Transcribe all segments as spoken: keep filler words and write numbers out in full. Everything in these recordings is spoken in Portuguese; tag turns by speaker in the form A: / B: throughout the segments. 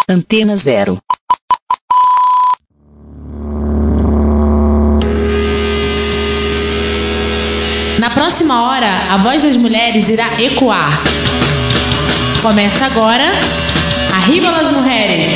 A: Antena Zero.
B: Na próxima hora, a voz das mulheres irá ecoar. Começa agora, Arriba las Mujeres.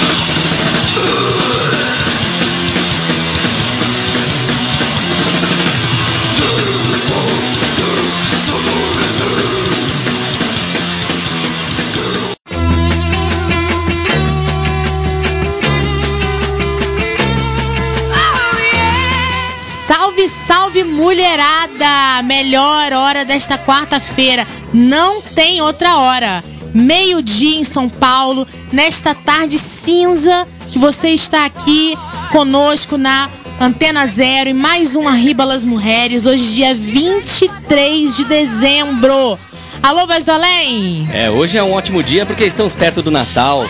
B: Salve, salve, mulherada! Melhor hora desta quarta-feira. Não tem outra hora. Meio-dia em São Paulo, nesta tarde cinza, que você está aqui conosco na Antena Zero e mais um Arriba las Mujeres, hoje dia vinte e três de dezembro. Alô, Voz do Além?
C: É, hoje é um ótimo dia porque estamos perto do Natal.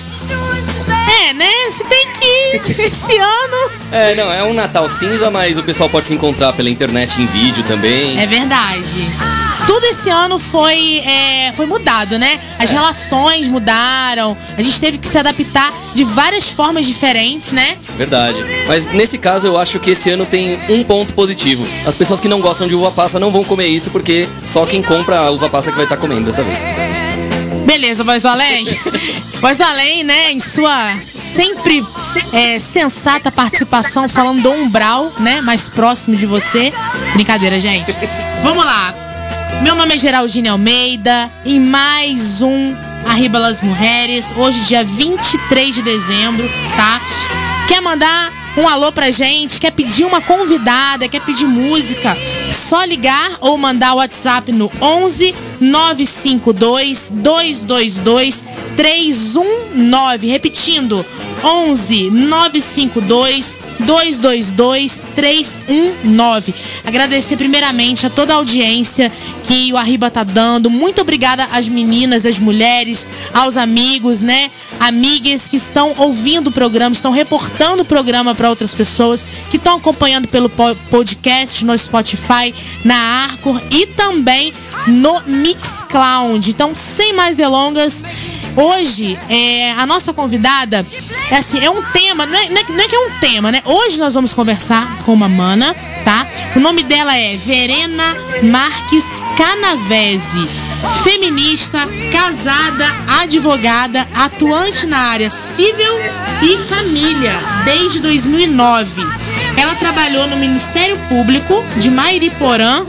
B: É, né? Se bem que esse ano...
C: É, não, é um Natal cinza, mas o pessoal pode se encontrar pela internet em vídeo também.
B: É verdade. Tudo esse ano foi, é, foi mudado, né? As é. relações mudaram, a gente teve que se adaptar de várias formas diferentes, né?
C: Verdade. Mas nesse caso eu acho que esse ano tem um ponto positivo. As pessoas que não gostam de uva passa não vão comer isso, porque só quem compra a uva passa que vai estar comendo dessa vez.
B: Beleza, Voz do Além. Voz do Além, né, em sua sempre é, sensata participação, falando do umbral, né, mais próximo de você. Brincadeira, gente. Vamos lá. Meu nome é Geraldine Almeida, em mais um Arriba las Mujeres, hoje dia vinte e três de dezembro, tá? Quer mandar um alô pra gente, quer pedir uma convidada, quer pedir música, só ligar ou mandar o WhatsApp no onze nove cinco dois, dois dois dois, três um nove, repetindo, onze nove cinco dois, dois dois dois, três um nove. Agradecer primeiramente a toda a audiência que o Arriba tá dando. Muito obrigada às meninas, às mulheres, aos amigos, né? Amigas que estão ouvindo o programa, estão reportando o programa para outras pessoas, que estão acompanhando pelo podcast no Spotify, na Arcor e também no Mixcloud. Então, sem mais delongas, hoje, é, a nossa convidada é assim, é um tema, não é, não, é, não é que é um tema, né? Hoje nós vamos conversar com uma mana, tá? O nome dela é Verena Marques Canavese. Feminista, casada, advogada, atuante na área civil e família desde dois mil e nove. Ela trabalhou no Ministério Público de Mairiporã,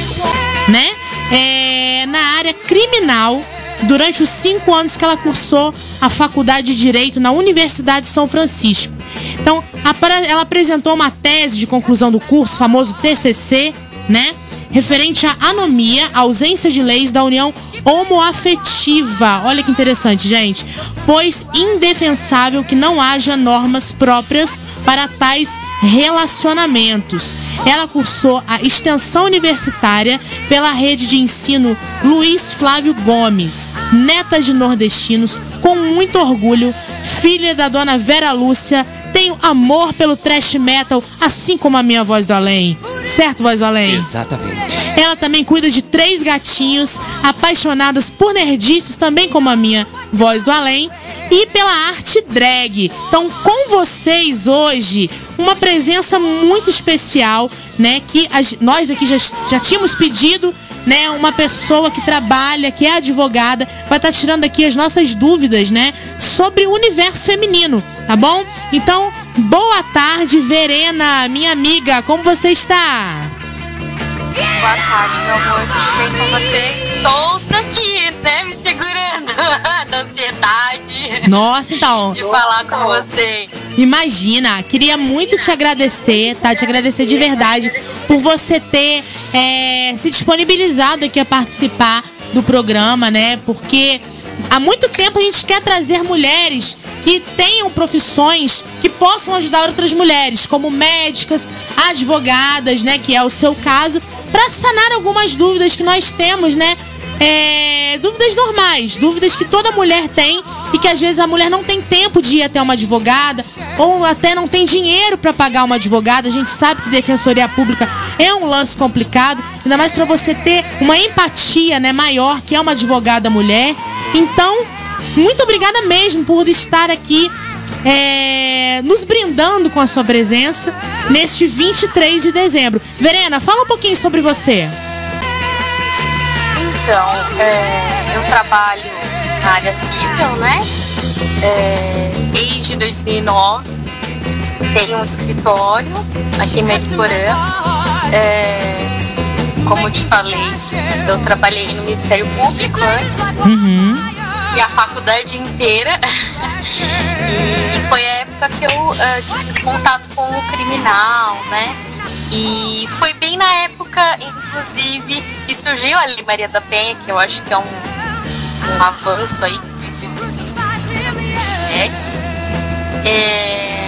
B: né? É, na área criminal, durante os cinco anos que ela cursou a Faculdade de Direito na Universidade de São Francisco. Então, ela apresentou uma tese de conclusão do curso, famoso T C C, né? Referente à anomia, ausência de leis da união homoafetiva. Olha que interessante, gente. Pois indefensável que não haja normas próprias para tais relacionamentos. Ela cursou a extensão universitária pela rede de ensino Luiz Flávio Gomes, neta de nordestinos, com muito orgulho, filha da dona Vera Lúcia, tenho amor pelo thrash metal, assim como a minha Voz do Além. Certo, Voz do Além?
C: Exatamente.
B: Ela também cuida de três gatinhos, apaixonadas por nerdices, também como a minha Voz do Além, e pela arte drag. Então, com vocês hoje, uma presença muito especial, né? Que a, nós aqui já, já tínhamos pedido, né? Uma pessoa que trabalha, que é advogada, vai estar tirando aqui as nossas dúvidas, né? Sobre o universo feminino, tá bom? Então, boa tarde, Verena, minha amiga, como você está?
D: Boa tarde, meu amor. Tudo bem com você? Estou aqui, né? Me segurando da ansiedade.
B: Nossa, então.
D: De falar com você.
B: Imagina, queria muito te agradecer, tá? Te agradecer de verdade por você ter é, se disponibilizado aqui a participar do programa, né? Porque há muito tempo a gente quer trazer mulheres que tenham profissões que possam ajudar outras mulheres, como médicas, advogadas, né? Que é o seu caso, para sanar algumas dúvidas que nós temos, né? É, dúvidas normais, dúvidas que toda mulher tem e que às vezes a mulher não tem tempo de ir até uma advogada ou até não tem dinheiro para pagar uma advogada. A gente sabe que defensoria pública é um lance complicado, ainda mais para você ter uma empatia, né, maior, que é uma advogada mulher. Então, muito obrigada mesmo por estar aqui é, nos brindando com a sua presença neste vinte e três de dezembro. Verena, fala um pouquinho sobre você.
D: Então, é, eu trabalho na área civil, né? É, desde dois mil e nove. Tenho um escritório aqui em Mariporã. É, como eu te falei, eu trabalhei no Ministério Público antes.
B: Uhum.
D: E a faculdade inteira. E foi a época que eu uh, tive contato com o criminal, né? E foi bem na época, inclusive, que surgiu a Lei Maria da Penha, que eu acho que é um, um avanço aí. É,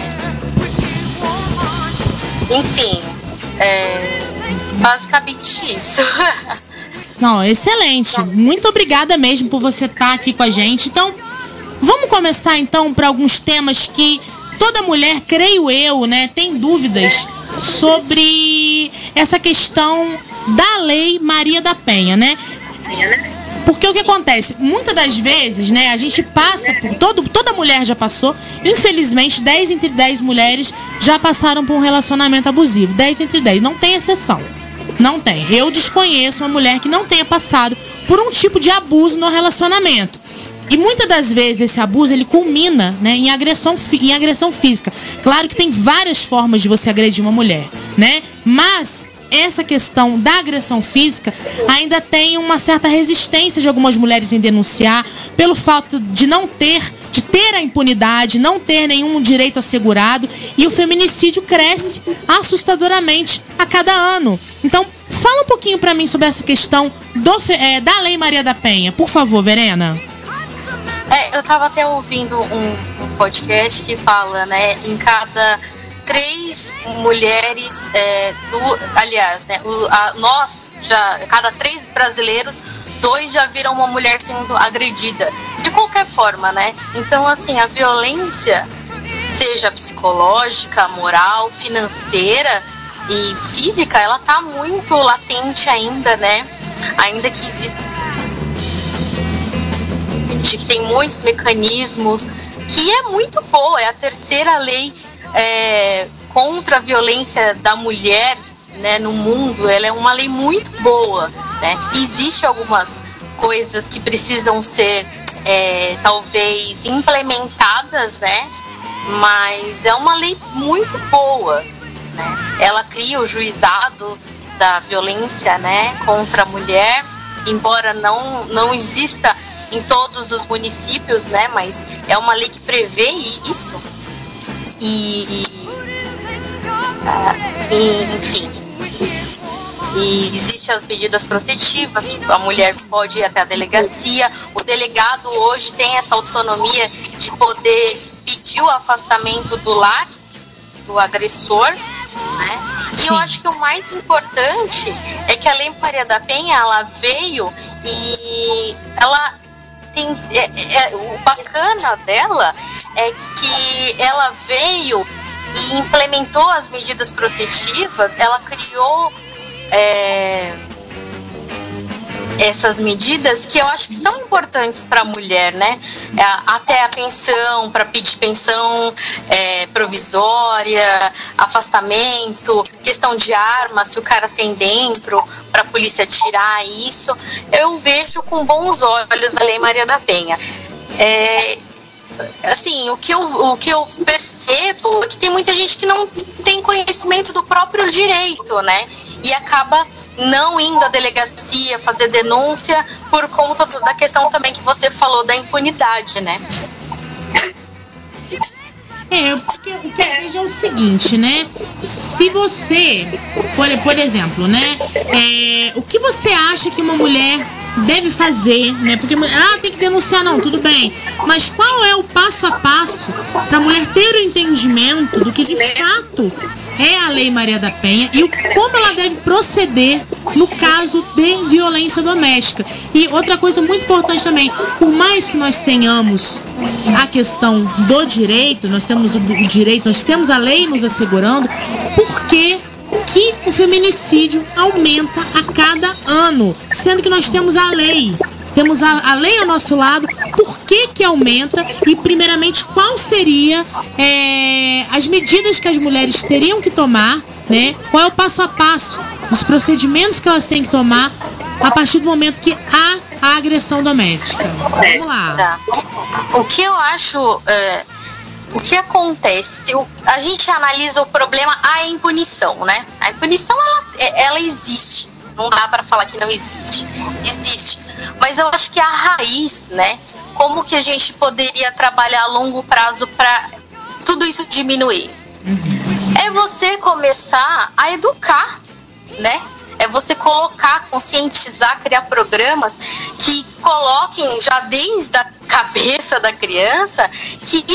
D: enfim, é, basicamente isso.
B: Não, excelente. Muito obrigada mesmo por você estar aqui com a gente. Então, vamos começar então para alguns temas que toda mulher, creio eu, né, tem dúvidas sobre essa questão da Lei Maria da Penha, né? Porque o que acontece? Muitas das vezes, né, a gente passa por... Todo, toda mulher já passou. Infelizmente, dez entre dez mulheres já passaram por um relacionamento abusivo. dez entre dez. Não tem exceção. Não tem. Eu desconheço uma mulher que não tenha passado por um tipo de abuso no relacionamento. E muitas das vezes esse abuso, ele culmina, né, em agressão, em agressão física. Claro que tem várias formas de você agredir uma mulher, né? Mas essa questão da agressão física ainda tem uma certa resistência de algumas mulheres em denunciar, pelo fato de não ter, de ter a impunidade, não ter nenhum direito assegurado, e o feminicídio cresce assustadoramente a cada ano. Então, fala um pouquinho pra mim sobre essa questão do, é, da Lei Maria da Penha, por favor, Verena.
D: É, eu tava até ouvindo um, um podcast que fala, né, em cada três mulheres, é, do, aliás, né, o, a, nós, já, cada três brasileiros, dois já viram uma mulher sendo agredida, de qualquer forma, né? Então, assim, a violência, seja psicológica, moral, financeira e física, ela tá muito latente ainda, né? Ainda que exista, que tem muitos mecanismos, que é muito boa, é a terceira lei É, contra a violência da mulher, né, no mundo. Ela é uma lei muito boa, né? Existem algumas coisas que precisam ser é, talvez implementadas, né? Mas é uma lei muito boa, né? Ela cria o juizado da violência, né, contra a mulher, embora não, não exista em todos os municípios, né? Mas é uma lei que prevê isso. E, e enfim, e existem as medidas protetivas, a mulher pode ir até a delegacia, o delegado hoje tem essa autonomia de poder pedir o afastamento do lar do agressor, né? E eu acho que o mais importante é que a Lei Maria da Penha, ela veio e ela tem, é, é, o bacana dela é que ela veio e implementou as medidas protetivas, ela criou é, essas medidas que eu acho que são importantes para a mulher, né? É, até a pensão, para pedir pensão é, provisória, afastamento, questão de arma, se o cara tem dentro, para a polícia tirar isso. Eu vejo com bons olhos a Lei Maria da Penha. É, assim, o que, eu, o que eu percebo é que tem muita gente que não tem conhecimento do próprio direito, né? E acaba não indo à delegacia fazer denúncia por conta do, da questão também que você falou da impunidade, né?
B: É, porque o que eu vejo é o seguinte, né? Se você, por, por exemplo, né? É, o que você acha que uma mulher deve fazer, né? Porque, ah, tem que denunciar, não, tudo bem. Mas qual é o passo a passo para a mulher ter o entendimento do que de fato é a Lei Maria da Penha e o, como ela deve proceder no caso de violência doméstica? E outra coisa muito importante também, por mais que nós tenhamos a questão do direito, nós temos o, o direito, nós temos a lei nos assegurando, por que que o feminicídio aumenta a cada ano, sendo que nós temos a lei, temos a, a lei ao nosso lado por que que aumenta e, primeiramente, qual seria é, as medidas que as mulheres teriam que tomar, né? Qual é o passo a passo dos procedimentos que elas têm que tomar a partir do momento que há a agressão doméstica. Vamos lá.
D: Tá. O que eu acho... É... O que acontece? O, a gente analisa o problema, a impunição, né? A impunição, ela, ela existe. Não dá para falar que não existe. Existe. Mas eu acho que a raiz, né? Como que a gente poderia trabalhar a longo prazo para tudo isso diminuir? Uhum. É você começar a educar, né? É você colocar, conscientizar, criar programas que coloquem já desde a cabeça da criança que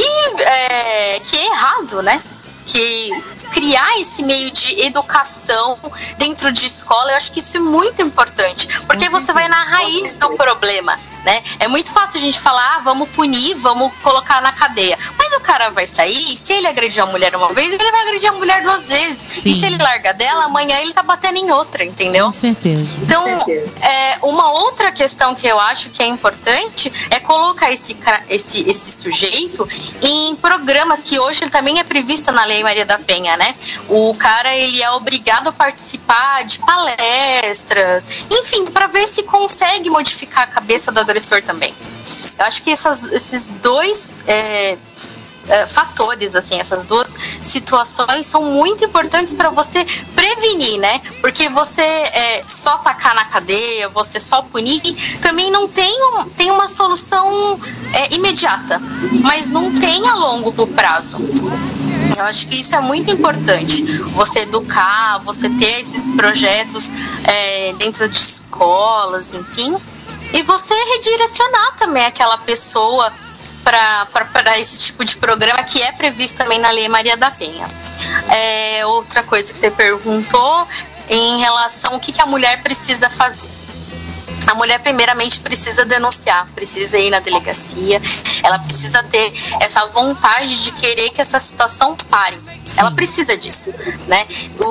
D: é, que é errado, né? Que criar esse meio de educação dentro de escola, eu acho que isso é muito importante, porque você vai na raiz do problema, né? É muito fácil a gente falar, ah, vamos punir, vamos colocar na cadeia, mas o cara vai sair, e se ele agredir a mulher uma vez, ele vai agredir a mulher duas vezes. Sim. E se ele larga dela, amanhã ele tá batendo em outra, entendeu?
B: Com certeza.
D: Então,
B: Com certeza.
D: É, uma outra questão que eu acho que é importante é colocar esse, esse, esse sujeito em programas que hoje ele também é previsto na Lei Maria da Penha, né? O cara, ele é obrigado a participar de palestras, enfim, para ver se consegue modificar a cabeça do agressor também. Eu acho que essas, esses dois é, é, fatores, assim, essas duas situações são muito importantes para você prevenir, né? Porque você é, só tacar na cadeia, você só punir, também não tem, um, tem uma solução é, imediata, mas não tem a longo prazo. Eu acho que isso é muito importante, você educar, você ter esses projetos é, dentro de escolas, enfim, e você redirecionar também aquela pessoa para esse tipo de programa que é previsto também na Lei Maria da Penha. É, outra coisa que você perguntou em relação ao que, que a mulher precisa fazer. A mulher primeiramente precisa denunciar, precisa ir na delegacia, ela precisa ter essa vontade de querer que essa situação pare. Sim. Ela precisa disso, né?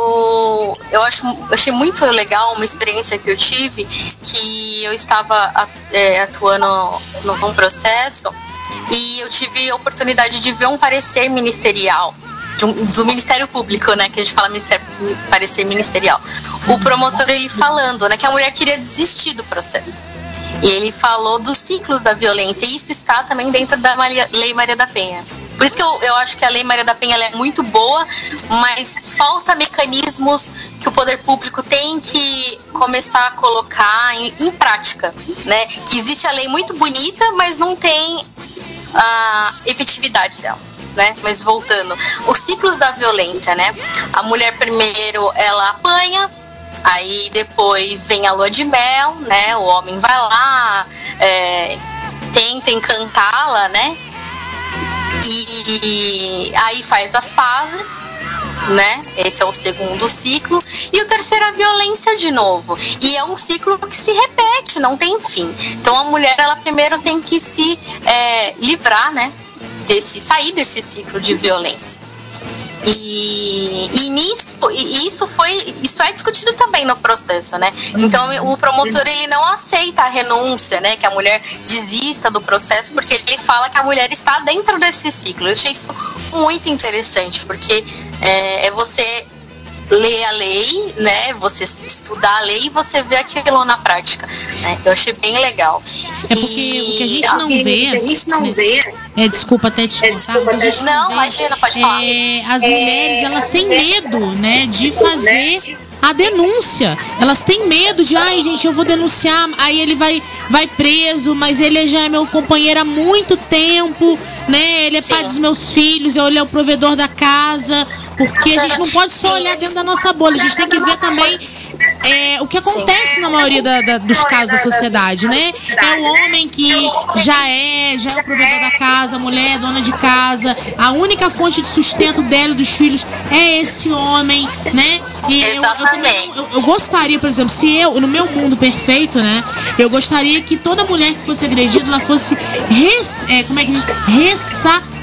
D: O, eu acho, eu achei muito legal uma experiência que eu tive, que eu estava é, atuando num processo e eu tive a oportunidade de ver um parecer ministerial. Do, do Ministério Público, né, que a gente fala ministério, parecer ministerial. O promotor, ele falando, né, que a mulher queria desistir do processo. E ele falou dos ciclos da violência, e isso está também dentro da Maria, Lei Maria da Penha. Por isso que eu, eu acho que a Lei Maria da Penha ela é muito boa, mas falta mecanismos que o poder público tem que começar a colocar em, em prática, né? Que existe a lei muito bonita, mas não tem a efetividade dela. Né? Mas voltando, os ciclos da violência, né? A mulher primeiro ela apanha, aí depois vem a lua de mel, né? O homem vai lá, é, tenta encantá-la, né? E aí faz as pazes, né? Esse é o segundo ciclo. E o terceiro é a violência de novo. E é um ciclo que se repete, não tem fim. Então a mulher ela primeiro tem que se é, livrar, né? Desse, sair desse ciclo de violência. E, e nisso, e isso foi, isso é discutido também no processo, né? Então o promotor ele não aceita a renúncia, né? Que a mulher desista do processo, porque ele fala que a mulher está dentro desse ciclo. Eu achei isso muito interessante, porque é, é você ler a lei, né? Você estudar a lei e você ver aquilo na prática, né? Eu achei bem legal.
B: É porque e... o que a gente não vê, a gente não vê. É, desculpa até te contar. É,
D: não, não imagina, pode falar.
B: É, as é, mulheres, elas têm medo, né, de fazer a denúncia. Elas têm medo de, ai, gente, eu vou denunciar, aí ele vai, vai preso, mas ele já é meu companheiro há muito tempo, né? Ele é pai dos meus filhos, ele é o provedor da casa, porque a gente não pode só olhar dentro da nossa bolha, a gente tem que ver também é, o que acontece na maioria da, da, dos casos da sociedade, né? É o homem que já é, já é o provedor da casa, a mulher é dona de casa, a única fonte de sustento dela e dos filhos é esse homem, né? E eu, eu, também, eu, eu gostaria, por exemplo, se eu, no meu mundo perfeito, né? Eu gostaria que toda mulher que fosse agredida, ela fosse res, é, como é que diz? Ressa,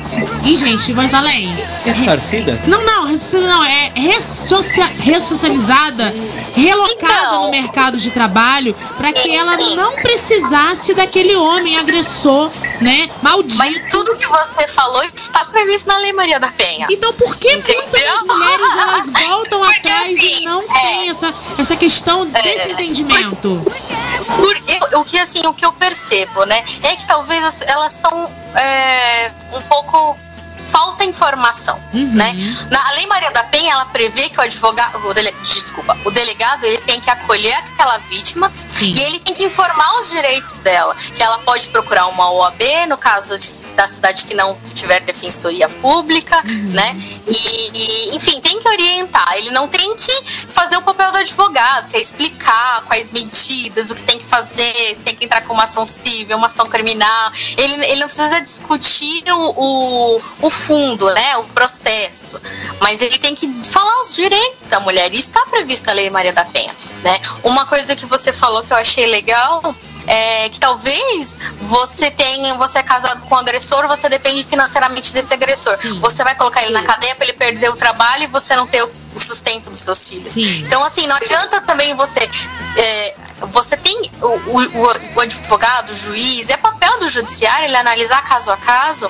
B: E, gente, voz além.
C: Ressarcida?
B: Não, não, ressarcida não. É ressocia, ressocializada, relocada então, no mercado de trabalho, para que ela não precisasse daquele homem agressor, né? Maldito.
D: Mas tudo que você falou está previsto na Lei Maria da Penha.
B: Então por que muitas mulheres elas voltam Porque atrás assim, e não é, tem essa, essa questão é, desse entendimento?
D: Por, eu, o que assim, o que eu percebo, né, é que talvez elas são é, um pouco falta informação, uhum. né? Na Lei Maria da Penha, ela prevê que o advogado, o dele, desculpa, o delegado, ele tem que acolher aquela vítima Sim. e ele tem que informar os direitos dela, que ela pode procurar uma O A B, no caso de, da cidade que não tiver defensoria pública, uhum. né? E, e, enfim, tem que orientar. Ele não tem que fazer o papel do advogado, que é explicar quais medidas, o que tem que fazer, se tem que entrar com uma ação civil, uma ação criminal. Ele, ele não precisa discutir o, o, o fundo, né, o processo, mas ele tem que falar os direitos da mulher. Isso está previsto na Lei Maria da Penha, né? Uma coisa que você falou que eu achei legal é que talvez você tenha, você é casado com um agressor, você depende financeiramente desse agressor. Sim. Você vai colocar ele na cadeia para ele perder o trabalho e você não ter o, o sustento dos seus filhos. Sim. Então, assim, não adianta também você é, você tem o, o, o advogado, o juiz, é papel do judiciário ele analisar caso a caso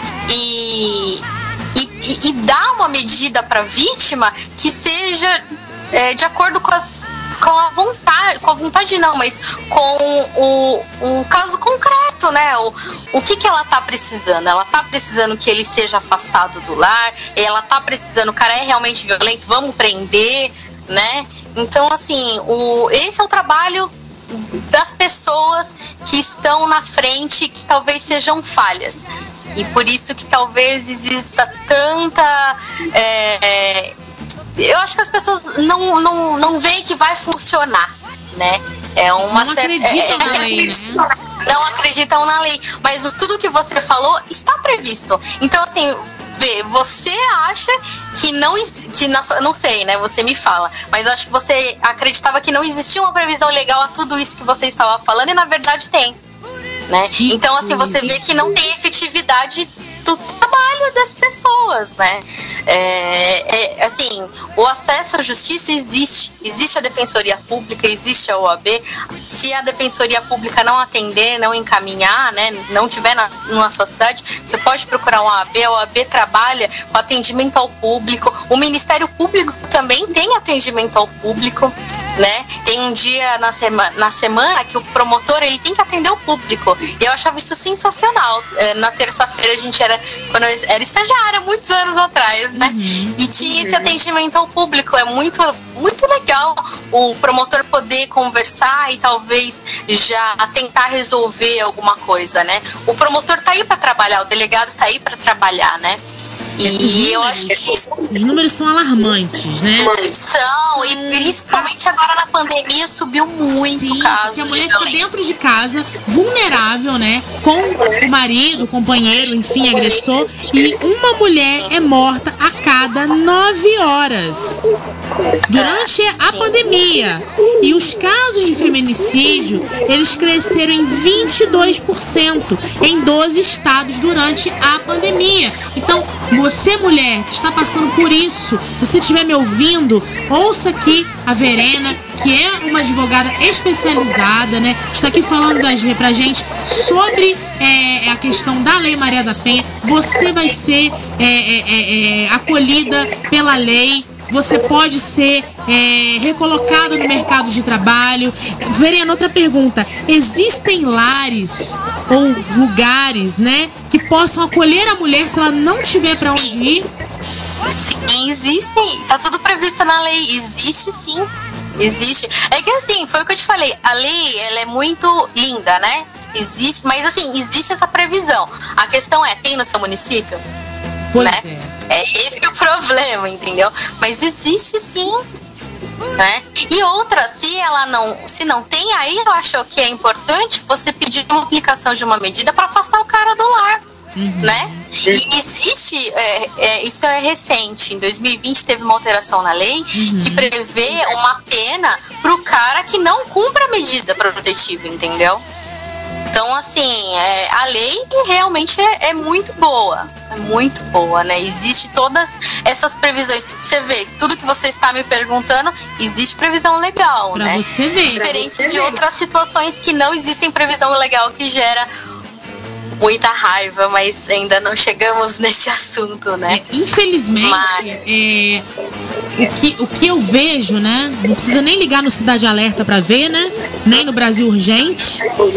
D: e, e, e dar uma medida para a vítima que seja é, de acordo com as com a vontade, com a vontade não, mas com o, o caso concreto, né? O, o que que ela tá precisando? Ela tá precisando que ele seja afastado do lar, ela tá precisando, o cara é realmente violento, vamos prender, né? Então, assim, o, esse é o trabalho das pessoas que estão na frente, que talvez sejam falhas. E por isso que talvez exista tanta... É, eu acho que as pessoas não, não, não veem que vai funcionar, né? É uma
B: não
D: certa,
B: acreditam
D: é,
B: na lei, né?
D: Não acreditam na lei. Mas tudo que você falou está previsto. Então, assim, vê, você acha que não... Que na sua, não sei, né? Você me fala. Mas eu acho que você acreditava que não existia uma previsão legal a tudo isso que você estava falando. E, na verdade, tem. Né? Então, assim, você vê que não tem efetividade do trabalho das pessoas, né? É, é, assim, o acesso à justiça existe. Existe a Defensoria Pública, existe a O A B. Se a Defensoria Pública não atender, não encaminhar, né, não tiver na, na sua cidade, você pode procurar uma O A B. A O A B trabalha com atendimento ao público. O Ministério Público também tem atendimento ao público, né? Tem um dia na, sema, na semana que o promotor ele tem que atender o público. E eu achava isso sensacional. Na terça-feira a gente era, quando eu era estagiária, muitos anos atrás, né? Uhum. E tinha esse atendimento ao público. É muito, muito legal o promotor poder conversar e talvez já tentar resolver alguma coisa, né? O promotor tá aí para trabalhar, o delegado tá aí para trabalhar, né? E
B: é, os, números,
D: eu acho que
B: os números são alarmantes, né?
D: São, e principalmente agora na pandemia subiu muito o caso.
B: Porque a mulher fica dentro de casa, vulnerável, né? Com o marido, o companheiro, enfim, agressor. E uma mulher é morta a cada nove horas durante a pandemia. E os casos de feminicídio, eles cresceram em vinte e dois por cento em doze estados durante a pandemia. Então, você, mulher, que está passando por isso, se você estiver me ouvindo, ouça aqui a Verena, que é uma advogada especializada, né? Está aqui falando das, pra gente sobre é, a questão da Lei Maria da Penha. Você vai ser é, é, é, acolhida pela lei. Você pode ser é, recolocado no mercado de trabalho. Verena, outra pergunta. Existem lares ou lugares, né, que possam acolher a mulher se ela não tiver para onde ir?
D: Sim, existem. Tá tudo previsto na lei. Existe sim. Existe. É que assim, foi o que eu te falei. A lei, ela é muito linda, né? Existe, mas assim, existe essa previsão. A questão é, tem no seu município?
B: Pois
D: né?
B: é.
D: É esse que é o problema, entendeu? Mas existe sim, né? E outra, se ela não, se não tem, aí eu acho que é importante você pedir uma aplicação de uma medida para afastar o cara do lar, uhum. né? E existe, é, é, isso é recente, em dois mil e vinte teve uma alteração na lei uhum. que prevê uma pena pro cara que não cumpra a medida protetiva, entendeu? Então, assim, é, a lei realmente é, é muito boa, é muito boa, né? Existe todas essas previsões. Você vê, tudo que você está me perguntando, existe previsão legal,
B: pra
D: né?
B: Você ver.
D: Diferente
B: você
D: de
B: ver.
D: outras situações que não existem previsão legal, que gera muita raiva, mas ainda não chegamos nesse assunto, né?
B: É, infelizmente,
D: Mas...
B: é, o, que, o que eu vejo, né? Não precisa nem ligar no Cidade Alerta pra ver, né? Nem no Brasil Urgente,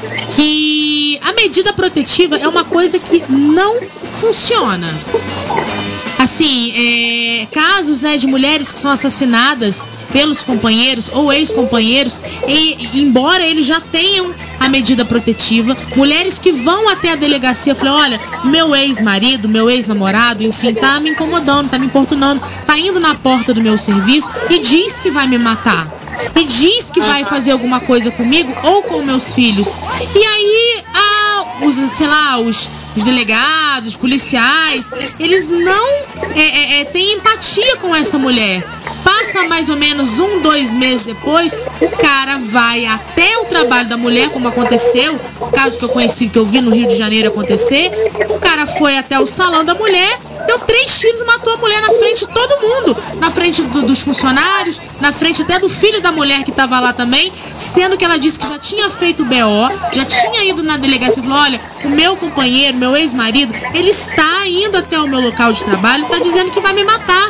B: que a medida protetiva é uma coisa que não funciona. Assim, é, casos, né, de mulheres que são assassinadas pelos companheiros ou ex-companheiros, e embora eles já tenham a medida protetiva, mulheres que vão até a delegacia, falam, olha, meu ex-marido, meu ex-namorado, enfim, tá me incomodando, tá me importunando, tá indo na porta do meu serviço e diz que vai me matar. E diz que vai fazer alguma coisa comigo ou com meus filhos. E aí, ah, os, sei lá, os, os delegados, os policiais, eles não é, é, é, têm empatia com essa mulher. Passa mais ou menos um, dois meses depois, o cara vai até o trabalho da mulher, como aconteceu, o caso que eu conheci, que eu vi no Rio de Janeiro acontecer. O cara foi até o salão da mulher, deu três tiros e matou a mulher na frente de todo mundo. Na frente do, dos funcionários, na frente até do filho da mulher que estava lá também, sendo que ela disse que já tinha feito B O, já tinha ido na delegacia e falou, olha, o meu companheiro, meu ex-marido, ele está indo até o meu local de trabalho, está dizendo que vai me matar.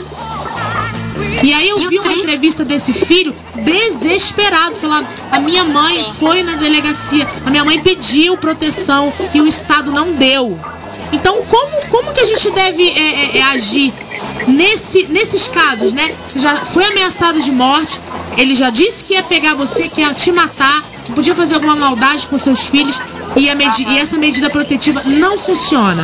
B: E aí eu vi uma entrevista desse filho desesperado, falar, a minha mãe foi na delegacia, a minha mãe pediu proteção e o Estado não deu. Então como, como que a gente deve é, é, é, agir nesse, nesses casos, né? Você já foi ameaçado de morte, ele já disse que ia pegar você, que ia te matar, que podia fazer alguma maldade com seus filhos e, a medi- e essa medida protetiva não funciona.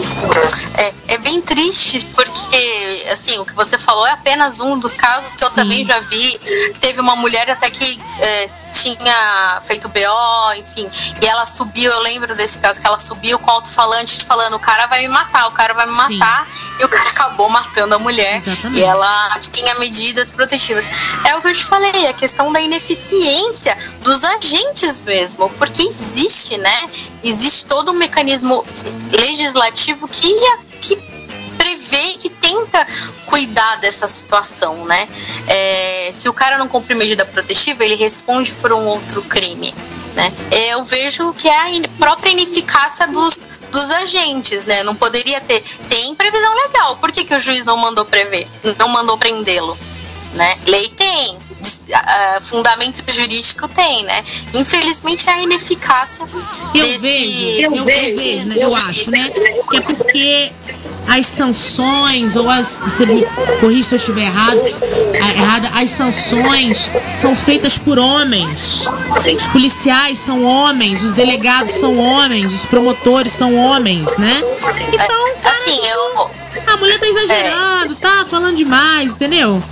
D: É, é bem triste, porque, assim, o que você falou é apenas um dos casos que eu Sim. também já vi. Teve uma mulher até que é, tinha feito B O, enfim, e ela subiu, eu lembro desse caso, que ela subiu com o alto-falante falando, o cara vai me matar, o cara vai me matar, Sim. e o cara acabou matando a mulher. Exatamente. E ela tinha medidas protetivas. É o que eu te falei, a questão da ineficiência dos agentes mesmo, porque existe, né, existe todo um mecanismo legislativo que, que prevê, que tenta cuidar dessa situação, né? É, se o cara não cumpre medida protetiva, ele responde por um outro crime, né? Eu vejo que é a própria ineficácia dos, dos agentes, né? Não poderia ter... Tem previsão legal, por que que o juiz não mandou prever? Não mandou prendê-lo, né? Lei tem, uh, fundamento jurídico tem, né? Infelizmente é a ineficácia
B: eu
D: desse...
B: Vejo, eu vejo, né? Eu acho, né? Que é porque as sanções, ou as... Você me corrija se eu estiver errado, errada, as sanções são feitas por homens. Os policiais são homens, os delegados são homens, os promotores são homens, né? Então, cara,
D: assim, eu...
B: a mulher tá exagerando, é... tá falando demais, entendeu?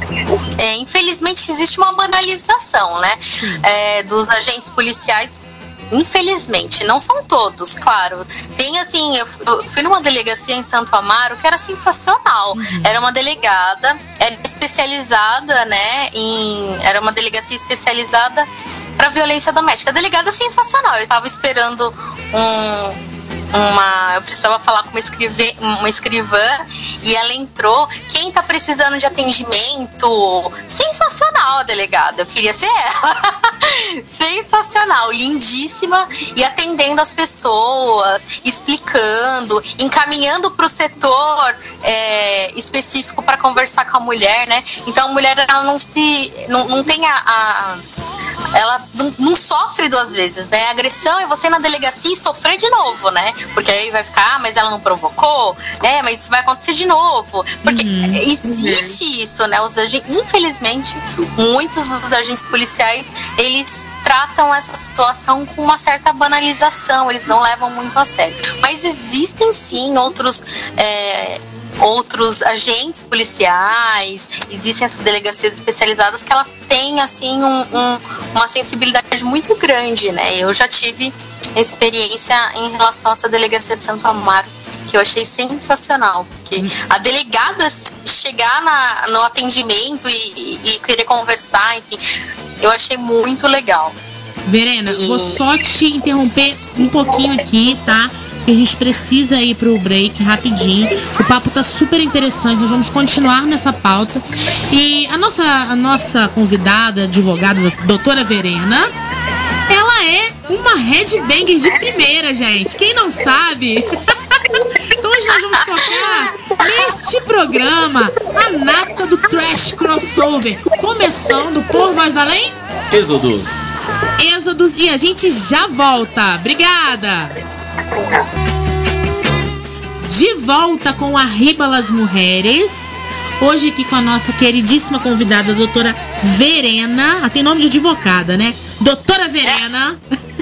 D: É, infelizmente existe uma banalização, né, é, dos agentes policiais. Infelizmente, não são todos, claro. Tem assim, eu, eu fui numa delegacia em Santo Amaro que era sensacional. Uhum. Era uma delegada, era especializada, né, em, era uma delegacia especializada para violência doméstica. A delegada é sensacional. Eu estava esperando um Uma, eu precisava falar com uma, escrive, uma escrivã e ela entrou. Quem tá precisando de atendimento? Sensacional a delegada, eu queria ser ela. Sensacional, lindíssima, e atendendo as pessoas, explicando, encaminhando para o setor é, específico para conversar com a mulher, né? Então a mulher ela não se não, não tem a, a ela não, não sofre duas vezes, né? A agressão é você ir na delegacia e sofrer de novo, né? Porque aí vai ficar, ah, mas ela não provocou, é, mas isso vai acontecer de novo. Porque uhum. existe uhum. isso, né? Os agentes, infelizmente, muitos dos agentes policiais, eles tratam essa situação com uma certa banalização, eles não levam muito a sério. Mas existem sim outros... É, outros agentes policiais, existem essas delegacias especializadas que elas têm assim um, um, uma sensibilidade muito grande, né? Eu já tive experiência em relação a essa delegacia de Santo Amaro, que eu achei sensacional, porque a delegada chegar na, no atendimento e, e, e querer conversar, enfim, eu achei muito legal.
B: Verena, vou só te interromper um pouquinho aqui, tá? A gente precisa ir pro break rapidinho. O papo tá super interessante, nós vamos continuar nessa pauta. E a nossa, a nossa convidada, advogada, doutora Verena, ela é uma headbanger de primeira, gente. Quem não sabe? Então hoje nós vamos tocar neste programa a nata do Trash Crossover, começando por Voz Além,
C: Êxodos.
B: Êxodos, e a gente já volta. Obrigada. De volta com Arriba las Mujeres. Hoje aqui com a nossa queridíssima convidada, a doutora Verena. Ah, tem nome de advogada, né? Doutora Verena.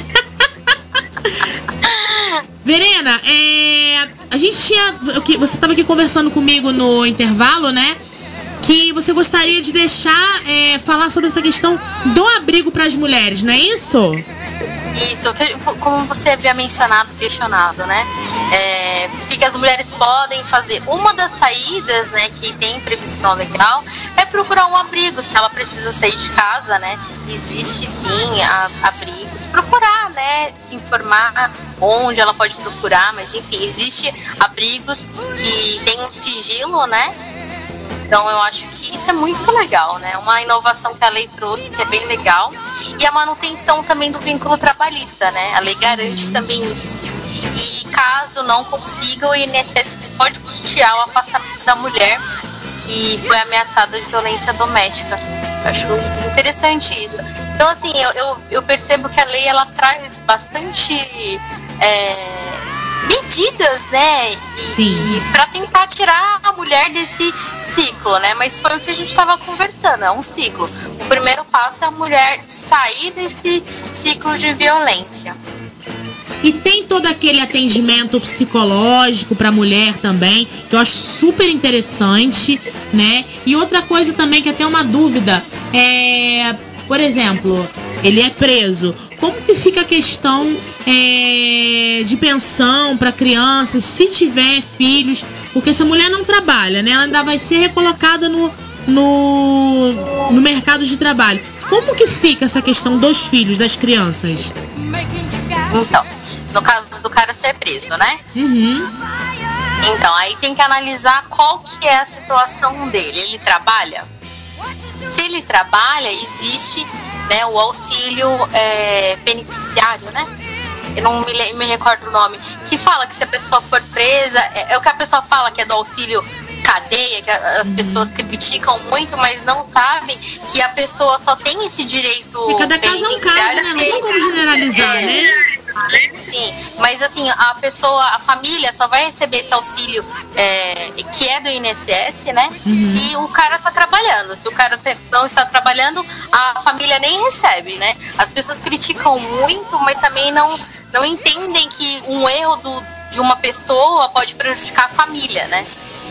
B: Verena, é, a gente tinha... Você estava aqui conversando comigo no intervalo, né? Que você gostaria de deixar é, falar sobre essa questão do abrigo para as mulheres, não é isso?
D: Isso, como você havia mencionado, questionado, né? É, o que as mulheres podem fazer? Uma das saídas, né, que tem previsão legal é procurar um abrigo. Se ela precisa sair de casa, né? Existe sim a, abrigos. Procurar, né? Se informar onde ela pode procurar, mas enfim, existe abrigos que tem um sigilo, né? Então eu acho que isso é muito legal, né? Uma inovação que a lei trouxe, que é bem legal. E a manutenção também do vínculo trabalhista, né? A lei garante também isso. E caso não consiga, o I N S S pode custear o afastamento da mulher que foi ameaçada de violência doméstica. Eu acho interessante isso. Então, assim, eu, eu, eu percebo que a lei, ela traz bastante... É, medidas, né, e para tentar tirar a mulher desse ciclo, né, mas foi o que a gente estava conversando, é um ciclo. O primeiro passo é a mulher sair desse ciclo de violência.
B: E tem todo aquele atendimento psicológico para a mulher também, que eu acho super interessante, né, e outra coisa também que até uma dúvida, é, por exemplo, ele é preso, como que fica a questão é, de pensão para crianças, se tiver filhos, porque essa mulher não trabalha, né? Ela ainda vai ser recolocada no, no, no mercado de trabalho. Como que fica essa questão dos filhos, das crianças?
D: Então, no caso do cara ser preso, né?
B: Uhum.
D: Então, aí tem que analisar qual que é a situação dele. Ele trabalha? Se ele trabalha, existe... né, o auxílio é, beneficiário, né? Eu não me, me recordo o nome. Que fala que se a pessoa for presa, é, é o que a pessoa fala que é do auxílio cadeia, que as pessoas criticam muito, mas não sabem que a pessoa só tem esse direito.
B: E cada caso é um caso, né? Não tem como generalizar, é, né?
D: Sim, mas assim, a pessoa, a família só vai receber esse auxílio é, que é do I N S S, né? Uhum. Se o cara tá trabalhando. Se o cara não está trabalhando, a família nem recebe, né? As pessoas criticam muito, mas também não, não entendem que um erro do, de uma pessoa pode prejudicar a família, né?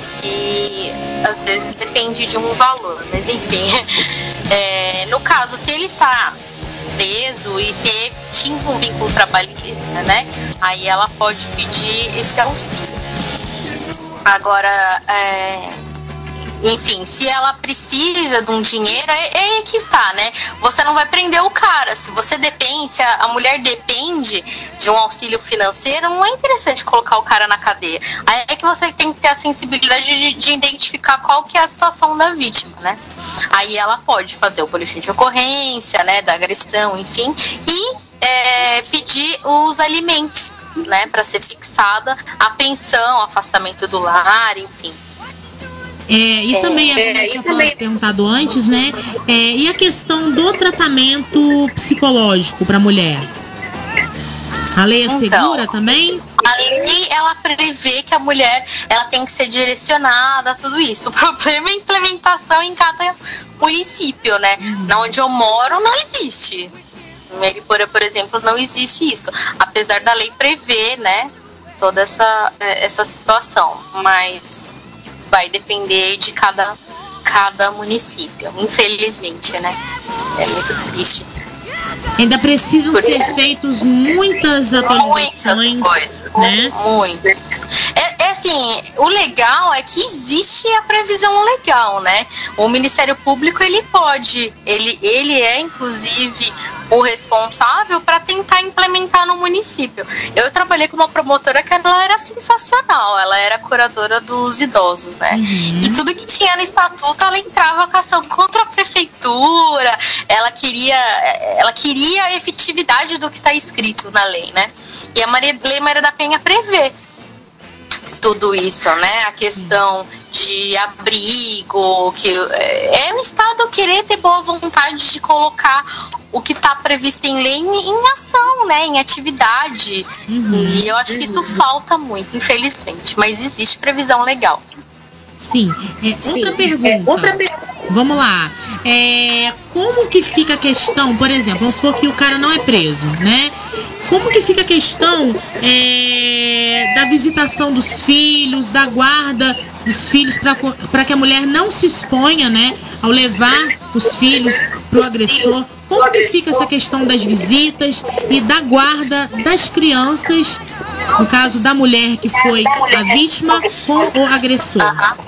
D: E às vezes depende de um valor, mas enfim. É, no caso, se ele está preso e ter, tinha um vínculo trabalhista, né? Aí ela pode pedir esse auxílio. Agora, é, enfim, se ela precisa de um dinheiro, é, é aí que tá, né? Você não vai prender o cara. Se você depende, se a, a mulher depende de um auxílio financeiro, não é interessante colocar o cara na cadeia. Aí é que você tem que ter a sensibilidade de, de identificar qual que é a situação da vítima, né? Aí ela pode fazer o boletim de ocorrência, né, da agressão, enfim, e é, pedir os alimentos, né, para ser fixada a pensão, afastamento do lar, enfim.
B: É, e é, também, como é, eu tinha também... perguntado antes, né? É, e a questão do tratamento psicológico para a mulher? A lei é então, segura também?
D: A lei, ela prevê que a mulher ela tem que ser direcionada a tudo isso. O problema é a implementação em cada município, né? Uhum. Na onde eu moro, não existe. Em Maripora, por exemplo, não existe isso. Apesar da lei prever, né, toda essa, essa situação. Mas... vai depender de cada, cada município, infelizmente, né? É muito triste.
B: Ainda precisam Por ser isso. feitas muitas atualizações,
D: muitas coisas,
B: né?
D: Muitas. É, é assim, o legal é que existe a previsão legal, né? O Ministério Público, ele pode, ele, ele é, inclusive, o responsável para tentar implementar no município. Eu trabalhei com uma promotora que ela era sensacional, ela era curadora dos idosos, né? Uhum. E tudo que tinha no estatuto, ela entrava com ação contra a prefeitura, ela queria, ela queria a efetividade do que está escrito na lei, né? E a Maria, Lei Maria da Penha prevê tudo isso, né? A questão de abrigo, que é o Estado querer ter boa vontade de colocar o que está previsto em lei em, em ação, né? Em atividade. Uhum. E eu acho que isso falta muito, infelizmente. Mas existe previsão legal.
B: Sim. É, outra
D: Sim.
B: pergunta.
D: É, outra pergunta.
B: Vamos lá. É, como que fica a questão, por exemplo, vamos supor que o cara não é preso, né? Como que fica a questão é, da visitação dos filhos, da guarda dos filhos, para que a mulher não se exponha, né, ao levar os filhos para o agressor? Como que fica essa questão das visitas e da guarda das crianças, no caso da mulher que foi a vítima com o agressor?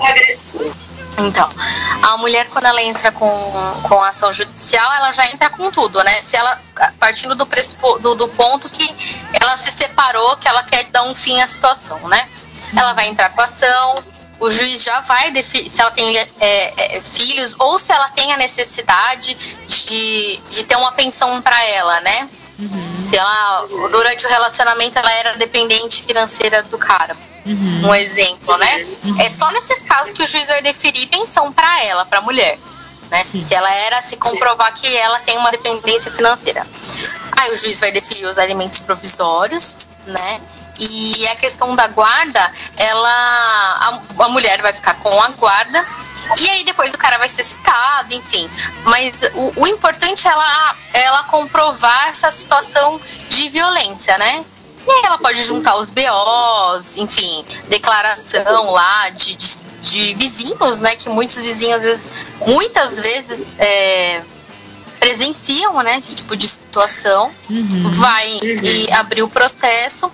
D: Então, a mulher, quando ela entra com, com a ação judicial, ela já entra com tudo, né? Se ela, partindo do, do, do ponto que ela se separou, que ela quer dar um fim à situação, né? Ela vai entrar com a ação, o juiz já vai definir se ela tem é, é, filhos ou se ela tem a necessidade de, de ter uma pensão para ela, né? Uhum. Se ela, durante o relacionamento, ela era dependente financeira do cara. Uhum. Um exemplo, né? Uhum. É só nesses casos que o juiz vai deferir pensão para ela, para a mulher, né? Se ela era, se comprovar que ela tem uma dependência financeira. Aí o juiz vai deferir os alimentos provisórios, né? E a questão da guarda, ela, a, a mulher vai ficar com a guarda. E aí depois o cara vai ser citado, enfim. Mas o, o importante é ela, ela comprovar essa situação de violência, né? E aí ela pode juntar os B Os, enfim, declaração lá de, de, de vizinhos, né? Que muitos vizinhos, às vezes, muitas vezes, é, presenciam, né, esse tipo de situação. Uhum. Vai e abrir o processo.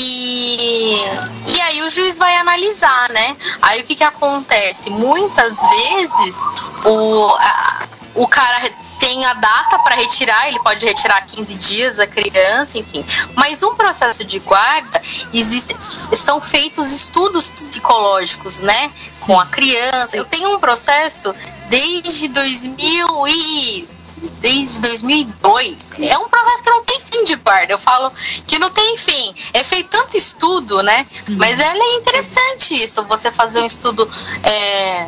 D: E, e aí o juiz vai analisar, né? Aí o que que acontece? Muitas vezes o, a, o cara tem a data para retirar, ele pode retirar quinze dias a criança, enfim. Mas um processo de guarda, existe, são feitos estudos psicológicos, né? Com a criança. Eu tenho um processo desde dois mil e... desde dois mil e dois, é um processo que não tem fim de guarda, eu falo que não tem fim, é feito tanto estudo, né, uhum. Mas é interessante isso, você fazer um estudo, é,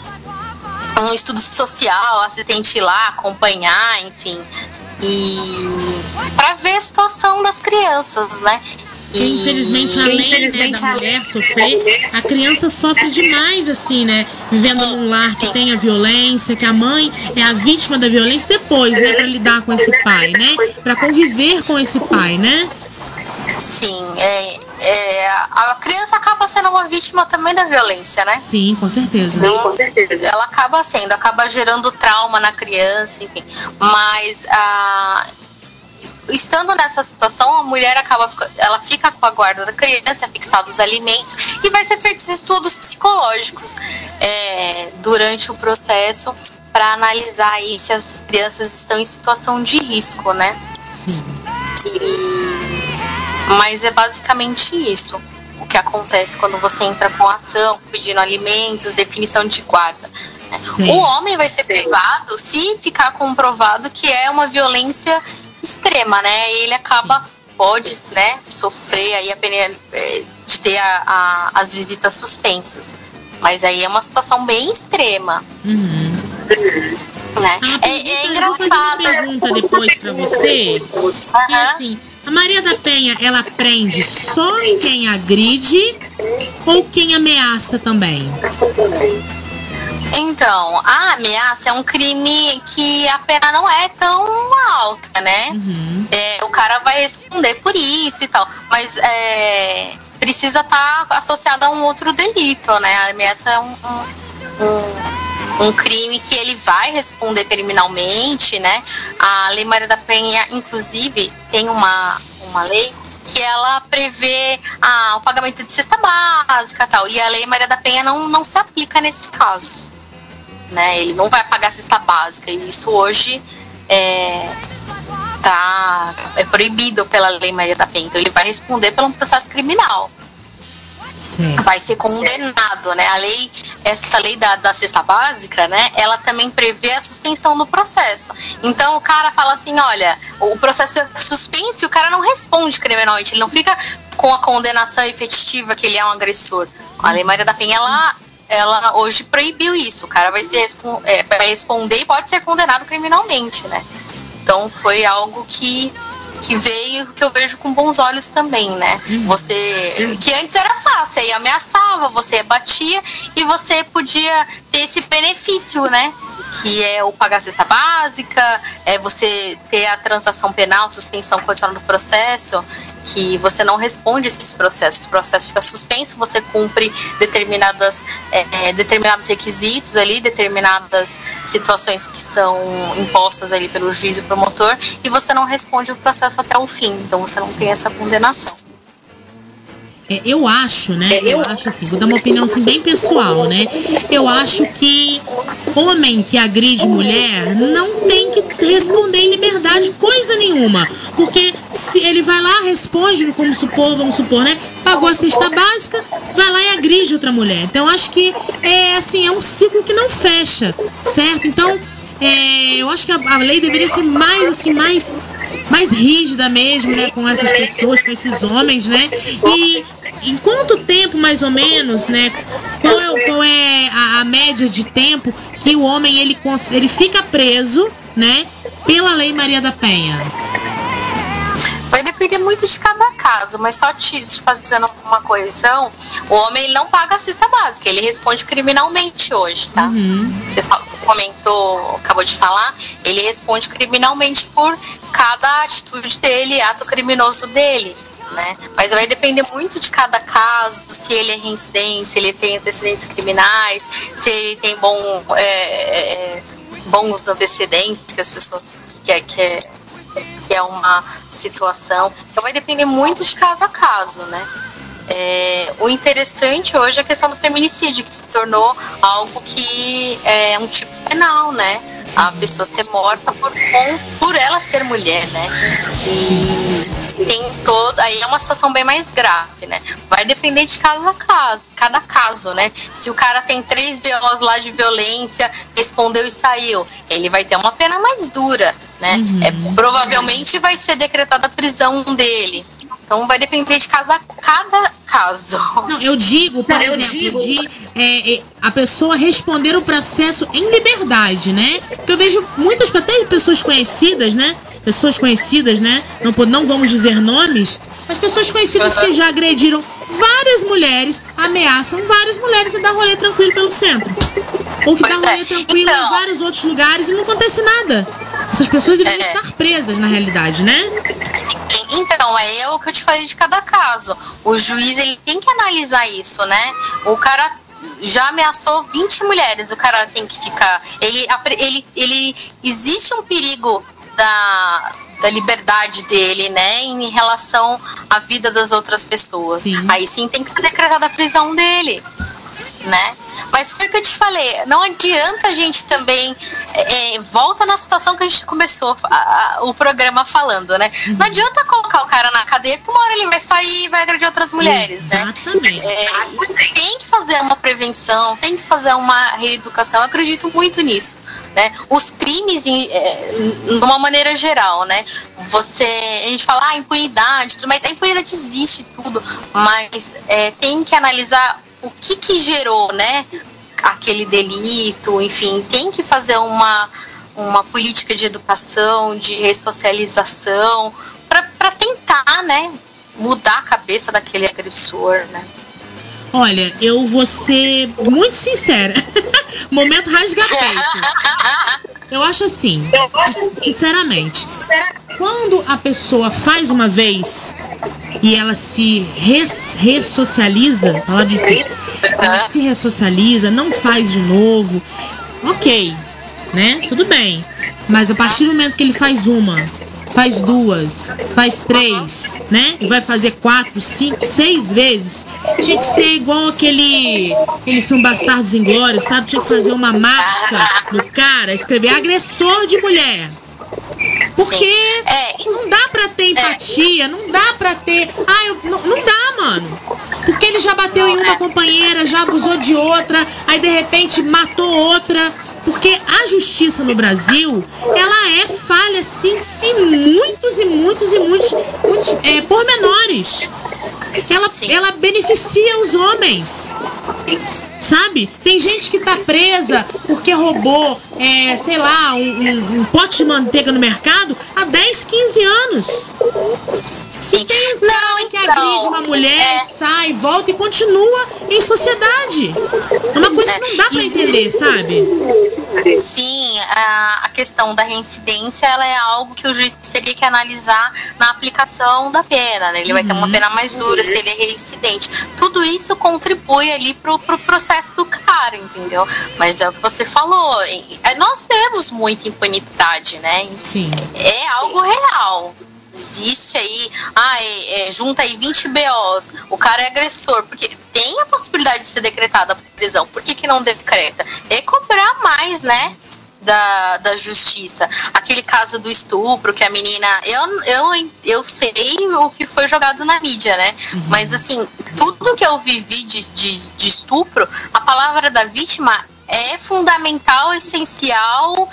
D: um estudo social, assistente ir lá, acompanhar, enfim, e para ver a situação das crianças, né.
B: E, infelizmente, além, infelizmente, né, da mulher sofrer, a criança sofre demais, assim, né? Vivendo num lar que tem a violência, que a mãe é a vítima da violência depois, né? Pra lidar com esse pai, né? Pra conviver com esse pai, né?
D: Sim, é, é, a criança acaba sendo uma vítima também da violência, né?
B: Sim, com certeza.
D: Sim, com certeza. Ela acaba sendo, acaba gerando trauma na criança, enfim. Mas a... estando nessa situação, a mulher acaba, ela fica com a guarda da criança, é fixado os alimentos e vai ser feitos estudos psicológicos é, durante o processo para analisar aí se as crianças estão em situação de risco, né?
B: Sim.
D: E, mas é basicamente isso o que acontece quando você entra com ação, pedindo alimentos, definição de guarda. Sim. O homem vai ser privado se ficar comprovado que é uma violência extrema, né? E ele acaba, sim, pode, né, sofrer aí a pena de ter a, a, as visitas suspensas. Mas aí é uma situação bem extrema. Uhum. Né?
B: Ah,
D: é, é engraçado.
B: Eu vou fazer uma pergunta depois pra você. Uhum. Que assim, a Maria da Penha, ela prende só quem agride ou quem ameaça também?
D: Então, a ameaça é um crime que a pena não é tão alta, né? Uhum. É, o cara vai responder por isso e tal, mas é, precisa estar tá associado a um outro delito, né? A ameaça é um, um, um, um crime que ele vai responder criminalmente, né? A Lei Maria da Penha, inclusive, tem uma, uma lei que ela prevê ah, o pagamento de cesta básica e tal. E a Lei Maria da Penha não, não se aplica nesse caso. Né? Ele não vai pagar a cesta básica. E isso hoje é, tá, é proibido pela Lei Maria da Penha. Então ele vai responder por um processo criminal.
B: Certo.
D: Vai ser condenado, né? A lei, essa lei da, da cesta básica, né? Ela também prevê a suspensão do processo. Então o cara fala assim, olha, o processo é suspenso e o cara não responde criminalmente, ele não fica com a condenação efetiva que ele é um agressor. A Lei Maria da Penha, ela, ela hoje proibiu isso. O cara vai, ser, é, vai responder e pode ser condenado criminalmente, né? Então foi algo que que veio, que eu vejo com bons olhos também, né? Uhum. Você, que antes era fácil, aí ameaçava, você batia e você podia ter esse benefício, né? Que é o pagar a cesta básica, é você ter a transação penal, suspensão condicional do processo, que você não responde esses processos, o processo fica suspenso, você cumpre determinadas, é, determinados requisitos ali, determinadas situações que são impostas ali pelo juiz e promotor, e você não responde o processo até o fim, então você não tem essa condenação.
B: É, eu acho, né? Eu acho assim, vou dar uma opinião assim, bem pessoal, né? Eu acho que homem que agride mulher não tem que responder em liberdade coisa nenhuma. Porque se ele vai lá, responde, como supor, vamos supor, né? Pagou a cesta básica, vai lá e agride outra mulher. Então eu acho que é assim, é um ciclo que não fecha, certo? Então, é, eu acho que a, a lei deveria ser mais assim, mais. mais rígida mesmo, né, com essas pessoas, com esses homens, né, e em quanto tempo, mais ou menos, né, qual é, qual é a, a média de tempo que o homem, ele, ele fica preso, né, pela Lei Maria da Penha?
D: Vai depender muito de cada caso, mas só te fazendo uma correção, o homem ele não paga a cesta básica, ele responde criminalmente hoje, tá? Uhum. Você comentou, acabou de falar, ele responde criminalmente por cada atitude dele, ato criminoso dele, né? Mas vai depender muito de cada caso, se ele é reincidente, se ele tem antecedentes criminais, se ele tem bom, é, é, bons antecedentes que as pessoas que, que é que é uma situação. Então vai depender muito de caso a caso, né? É, o interessante hoje é a questão do feminicídio, que se tornou algo que é um tipo penal, né? A pessoa ser morta por, por ela ser mulher, né? E tem todo, aí é uma situação bem mais grave, né? Vai depender de cada caso, cada caso, né? Se o cara tem três B Os lá de violência, respondeu e saiu, ele vai ter uma pena mais dura, né? Uhum. É, provavelmente vai ser decretada a prisão dele. Então vai depender de casa, cada caso.
B: Não, eu digo, por Não, exemplo, digo... de é, a pessoa responder o processo em liberdade, né? Porque eu vejo muitas, até pessoas conhecidas, né? Pessoas conhecidas, né? Não, não vamos dizer nomes, mas pessoas conhecidas uhum. que já agrediram várias mulheres, ameaçam várias mulheres e dá rolê tranquilo pelo centro. Ou que pois dá rolê é. tranquilo então... em vários outros lugares e não acontece nada. Essas pessoas deveriam é. estar presas na realidade, né?
D: Sim, então, é o que eu te falei de cada caso. O juiz, ele tem que analisar isso, né? O cara já ameaçou vinte mulheres, o cara tem que ficar... Ele, ele, ele existe um perigo da, da liberdade dele, né? Em relação à vida das outras pessoas. Sim. Aí sim tem que ser decretada a prisão dele, né? Mas foi o que eu te falei, não adianta a gente também é, volta na situação que a gente começou a, a, o programa falando, né? Uhum. Não adianta colocar o cara na cadeia, porque uma hora ele vai sair e vai agredir outras mulheres, Exatamente. né? É, tem que fazer uma prevenção, tem que fazer uma reeducação, eu acredito muito nisso, né? Os crimes, em, é, de uma maneira geral, né? Você, a gente fala, ah, impunidade, tudo, mas a impunidade existe tudo, mas é, tem que analisar o que que gerou, né, aquele delito, enfim, tem que fazer uma, uma política de educação, de ressocialização, para tentar, né, mudar a cabeça daquele agressor, né.
B: Olha, eu vou ser muito sincera. Momento rasga-peito. Eu acho assim, sinceramente, quando a pessoa faz uma vez e ela se res, ressocializa, palavra difícil, ela se ressocializa, não faz de novo, ok, né? Tudo bem. Mas a partir do momento que ele faz uma, faz duas, faz três, né? E vai fazer quatro, cinco, seis vezes. Tinha que ser igual aquele, aquele filme Bastardos Inglórios, sabe? Tinha que fazer uma marca no cara, escrever agressor de mulher. Porque
D: é,
B: não dá pra ter empatia, não dá pra ter... Ah, eu, não, não dá, mano. Porque ele já bateu em uma companheira, já abusou de outra, aí de repente matou outra. Porque a justiça no Brasil, ela é falha, sim, em muitos e muitos e muitos, muitos é, pormenores. Ela, ela beneficia os homens, sabe? Tem gente que tá presa porque roubou, é, sei lá, um, um, um pote de manteiga no mercado há dez, quinze anos.
D: Sim.
B: Tem um cara que agride uma mulher, é... sai, volta e continua em sociedade. É uma coisa que não dá pra entender, sabe?
D: Sim, a, a questão da reincidência, ela é algo que o juiz teria que analisar na aplicação da pena, né? Ele uhum. vai ter uma pena mais dura se ele é reincidente. Tudo isso contribui ali pro, pro processo do cara, entendeu? Mas é o que você falou, nós vemos muita impunidade, né?
B: Sim.
D: É, é algo real. Existe aí, ah, é, é, junta aí vinte B Os, o cara é agressor, porque tem a possibilidade de ser decretada a prisão, por que que não decreta? É cobrar mais, né, da, da justiça. Aquele caso do estupro, que a menina, eu, eu, eu sei o que foi jogado na mídia, né, uhum. mas assim, tudo que eu vivi de, de, de estupro, a palavra da vítima é fundamental, essencial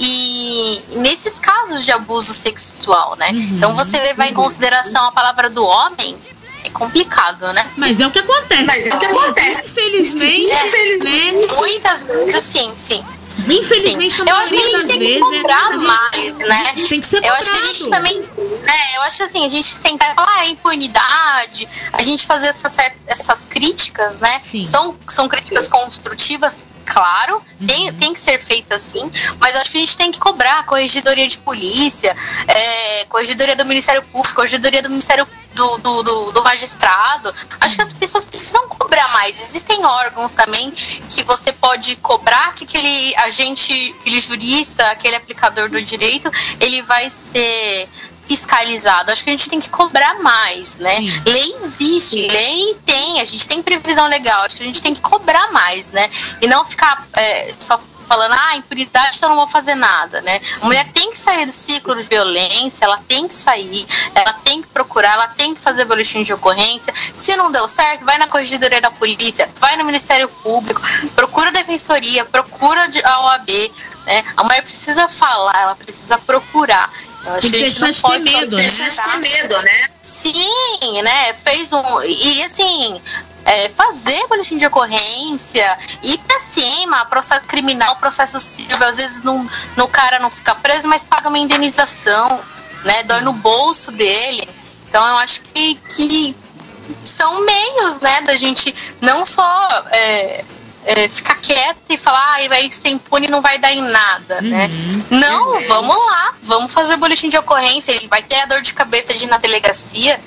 D: e nesses casos de abuso sexual, né? Uhum. Então você levar em consideração a palavra do homem é complicado, né?
B: Mas é o que acontece. Mas é o que acontece. Infelizmente, é, né?
D: Muitas vezes, sim, sim.
B: Infelizmente,
D: sim. Eu acho que a gente tem que cobrar
B: né?
D: mais, né?
B: Tem que ser cobrado.
D: Eu acho que a gente também... É, eu acho assim, a gente sentar e falar, ah, impunidade, a gente fazer essas, essas críticas, né? São, são críticas construtivas, claro, uhum. tem, tem que ser feita assim, mas eu acho que a gente tem que cobrar a corregedoria de polícia, é, corregedoria do Ministério Público, corregedoria do Ministério do, do, do, do magistrado. Acho que as pessoas precisam cobrar mais. Existem órgãos também que você pode cobrar que aquele agente, aquele jurista, aquele aplicador do direito, ele vai ser fiscalizado. Acho que a gente tem que cobrar mais, né? Sim. Lei existe, lei tem, a gente tem previsão legal, acho que a gente tem que cobrar mais, né? E não ficar é, só falando, ah, impunidade, então eu não vou fazer nada, né? Sim. A mulher tem que sair do ciclo de violência, ela tem que sair, ela tem que procurar, ela tem que fazer boletim de ocorrência. Se não deu certo, vai na corregedoria da polícia, vai no Ministério Público, procura a defensoria, procura a O A B, né? A mulher precisa falar, ela precisa procurar.
B: Tem que deixar de ter medo, né?
D: ter medo, né? Sim, né? Fez um... E assim... É, fazer boletim de ocorrência, ir pra cima, processo criminal, processo civil, às vezes não, no cara não fica preso, mas paga uma indenização, né? Dói no bolso dele. Então eu acho que, que são meios, né, da gente não só é, é, ficar quieto e falar, ah, vai ser impune e não vai dar em nada, uhum. né? Não, uhum. vamos lá, vamos fazer boletim de ocorrência, ele vai ter a dor de cabeça de ir na delegacia,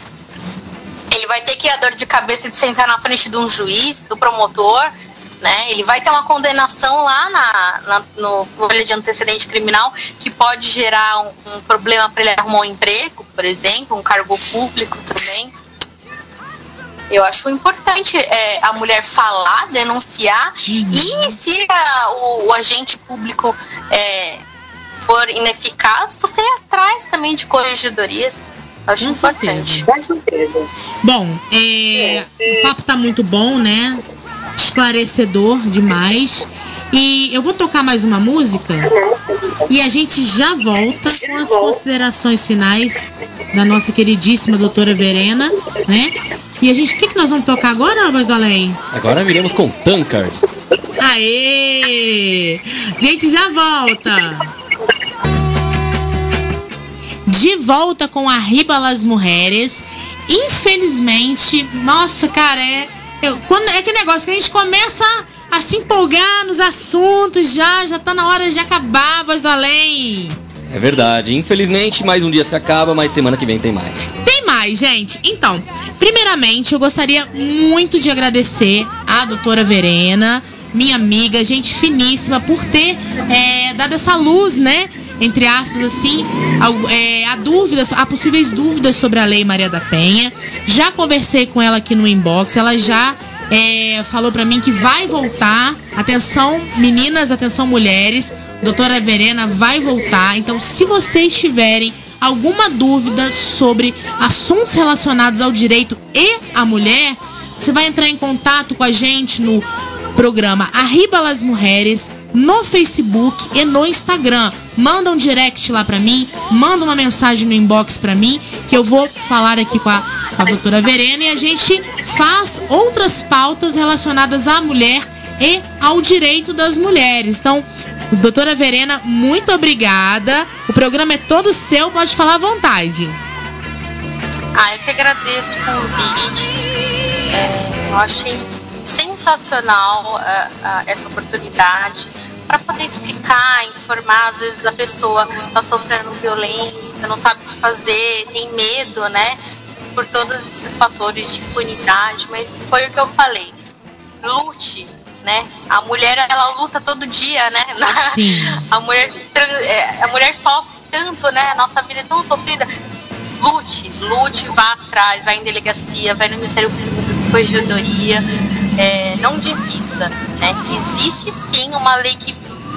D: ele vai ter que a dor de cabeça de sentar na frente de um juiz, do promotor, né? Ele vai ter uma condenação lá na, na, no folha de antecedente criminal que pode gerar um, um problema para ele arrumar um emprego, por exemplo, um cargo público também. Eu acho importante é, a mulher falar, denunciar, uhum. e se a, o, o agente público é, for ineficaz, você ir atrás também de corregedorias. Acho
B: Com
D: importante.
B: Com certeza. Bom, é, o papo tá muito bom, né? Esclarecedor demais. E eu vou tocar mais uma música e a gente já volta com as considerações finais da nossa queridíssima doutora Verena, né? E a gente, o que, que nós vamos tocar agora, Voz do Além?
C: Agora viremos com Tankard.
B: Aê! A gente já volta! De volta com Arriba las Mujeres. Infelizmente, nossa, cara, é, eu, quando, é aquele negócio que a gente começa a, a se empolgar nos assuntos, já, já tá na hora de acabar, Voz do Além.
C: É verdade, infelizmente mais um dia se acaba, mas semana que vem tem mais.
B: Tem mais, gente. Então, primeiramente, eu gostaria muito de agradecer a doutora Verena, minha amiga, gente finíssima, por ter é, dado essa luz, né? entre aspas, assim, a, é, a dúvidas, há possíveis dúvidas sobre a Lei Maria da Penha. Já conversei com ela aqui no inbox, ela já é, falou pra mim que vai voltar. Atenção, meninas, atenção, mulheres, doutora Verena vai voltar. Então, se vocês tiverem alguma dúvida sobre assuntos relacionados ao direito e à mulher, você vai entrar em contato com a gente no programa Arriba las Mujeres, no Facebook e no Instagram. Manda um direct lá pra mim, manda uma mensagem no inbox pra mim, que eu vou falar aqui com a, com a doutora Verena, e a gente faz outras pautas relacionadas à mulher e ao direito das mulheres. Então, doutora Verena, muito obrigada. O programa é todo seu, pode falar à vontade.
D: Ah, eu que agradeço o convite. É, eu achei sensacional uh, uh, essa oportunidade para poder explicar, informar. Às vezes a pessoa está sofrendo violência, não sabe o que fazer, tem medo, né? Por todos esses fatores de impunidade, mas foi o que eu falei. Lute, né? A mulher, ela luta todo dia, né?
B: Sim.
D: A mulher, a mulher sofre tanto, né? A nossa vida é tão sofrida. Lute, lute, vá atrás, vai em delegacia, vai no Ministério Público de Corregedoria, é, não desista, né? Existe sim uma lei que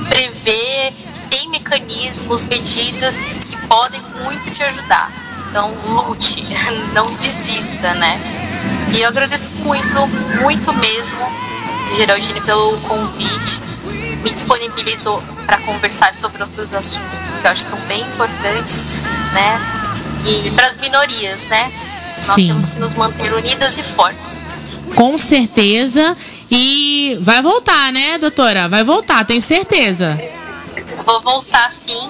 D: prevê, tem mecanismos, medidas que podem muito te ajudar. Então, lute, não desista, né? E eu agradeço muito, muito mesmo, Geraldine, pelo convite. Me disponibilizo para conversar sobre outros assuntos que eu acho que são bem importantes, né? E para as minorias, né? Nós
B: Sim.
D: temos que nos manter unidas e fortes.
B: Com certeza. E vai voltar, né, doutora? Vai voltar, tenho certeza.
D: Vou voltar sim.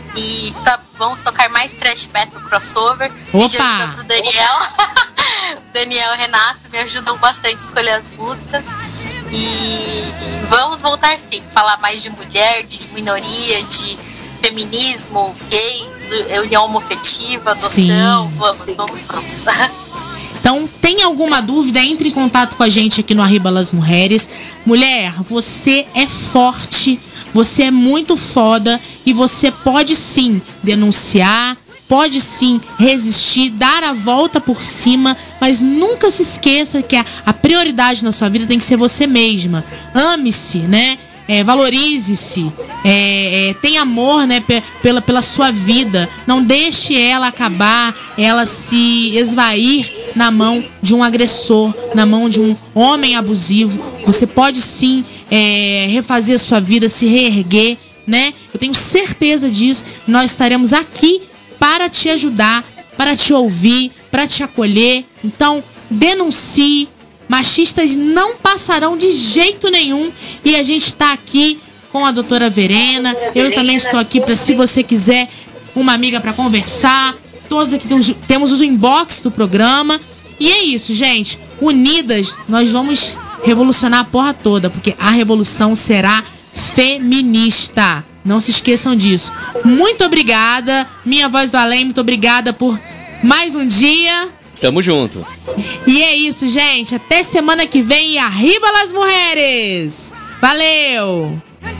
D: E tá, vamos tocar mais trash metal crossover.
B: Opa!
D: Pedir ajuda pro Daniel. Daniel e Renato me ajudam bastante a escolher as músicas. E, e vamos voltar sim. Falar mais de mulher, de minoria, de feminismo, gays, união homoafetiva, adoção. Sim. Vamos, vamos, vamos.
B: Então, tem alguma dúvida, entre em contato com a gente aqui no Arriba las Mujeres. Mulher, você é forte, você é muito foda e você pode sim denunciar, pode sim resistir, dar a volta por cima, mas nunca se esqueça que a, a prioridade na sua vida tem que ser você mesma. Ame-se, né? É, valorize-se, é, é, tenha amor, né, pe- pela, pela sua vida. Não deixe ela acabar, ela se esvair na mão de um agressor, na mão de um homem abusivo. Você pode sim é, refazer a sua vida, se reerguer, né? Eu tenho certeza disso. Nós estaremos aqui para te ajudar, para te ouvir, para te acolher. Então, denuncie. Machistas não passarão de jeito nenhum. E a gente está aqui com a doutora Verena. Eu também estou aqui para, se você quiser, uma amiga para conversar. Todos aqui temos, temos os inbox do programa. E é isso, gente. Unidas, nós vamos revolucionar a porra toda, porque a revolução será feminista. Não se esqueçam disso. Muito obrigada, minha voz do além. Muito obrigada por mais um dia.
C: Tamo junto.
B: E é isso, gente. Até semana que vem e Arriba las Mujeres. Valeu!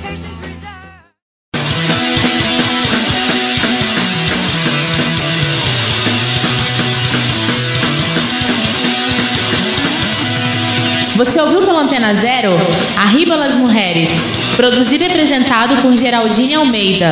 B: Você ouviu pela Antena Zero Arriba las Mujeres, produzido e apresentado por Geraldine Almeida.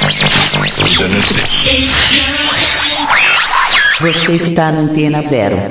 A: Você está na Antena Zero.